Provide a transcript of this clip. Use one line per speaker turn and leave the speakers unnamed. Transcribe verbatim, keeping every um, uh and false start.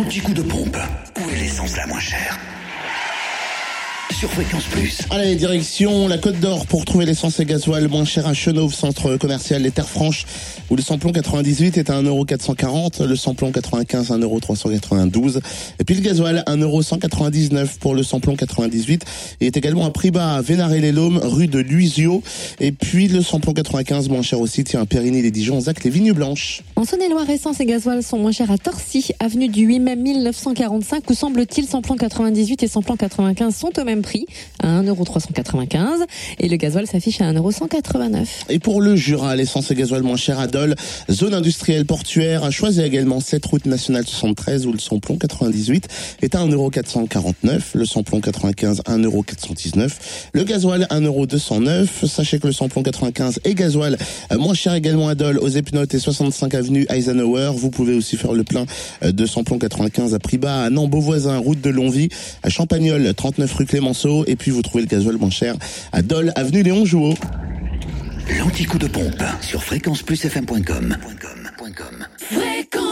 L'anti-coup de pompe. Où est l'essence la moins chère? Sur Fréquence Plus.
Allez, direction la Côte d'Or pour trouver l'essence et gasoil moins cher à Chenauve, centre commercial Les Terres Franches, où le samplon quatre-vingt-dix-huit est à un euro quatre cent quarante, le samplon quatre-vingt-quinze un euro trois cent quatre-vingt-douze, et puis le gasoil un euro cent quatre-vingt-dix-neuf pour le samplon quatre-vingt-dix-huit, et est également à prix bas à Vénaré-les-Laumes, rue de Luisio, et puis le samplon quatre-vingt-quinze moins cher aussi, tiens, à Périgny-les-Dijon, Zac, les Vignes Blanches.
En Saône-et-Loire, essence et gasoil sont moins chers à Torcy, avenue du huit mai mille neuf cent quarante-cinq, où semble-t-il samplon quatre-vingt-dix-huit et samplon quatre-vingt-quinze sont au même prix, à un euro trois cent quatre-vingt-quinze, et le gasoil s'affiche à un euro cent quatre-vingt-neuf.
Et pour le Jura, l'essence et gasoil moins cher à Dole, zone industrielle portuaire, à Choisy également, cette route nationale soixante-treize, où le samplon quatre-vingt-dix-huit est à un euro quatre cent quarante-neuf, le samplon quatre-vingt-quinze un euro quatre cent dix-neuf, le gasoil un euro deux cent neuf. Sachez que le samplon quatre-vingt-quinze et gasoil moins cher également à Dole, aux Epnotes et soixante-cinq avenue Eisenhower. Vous pouvez aussi faire le plein de samplon quatre-vingt-quinze à prix bas à Nantes-Beauvoisin, route de Longwy, à Champagnole, trente-neuf rue Clémenceau, et puis vous trouvez le gasoil moins cher à Dole, avenue Léon Jouot.
L'anti-coup de pompe sur fréquence plus f m point com. Fréquence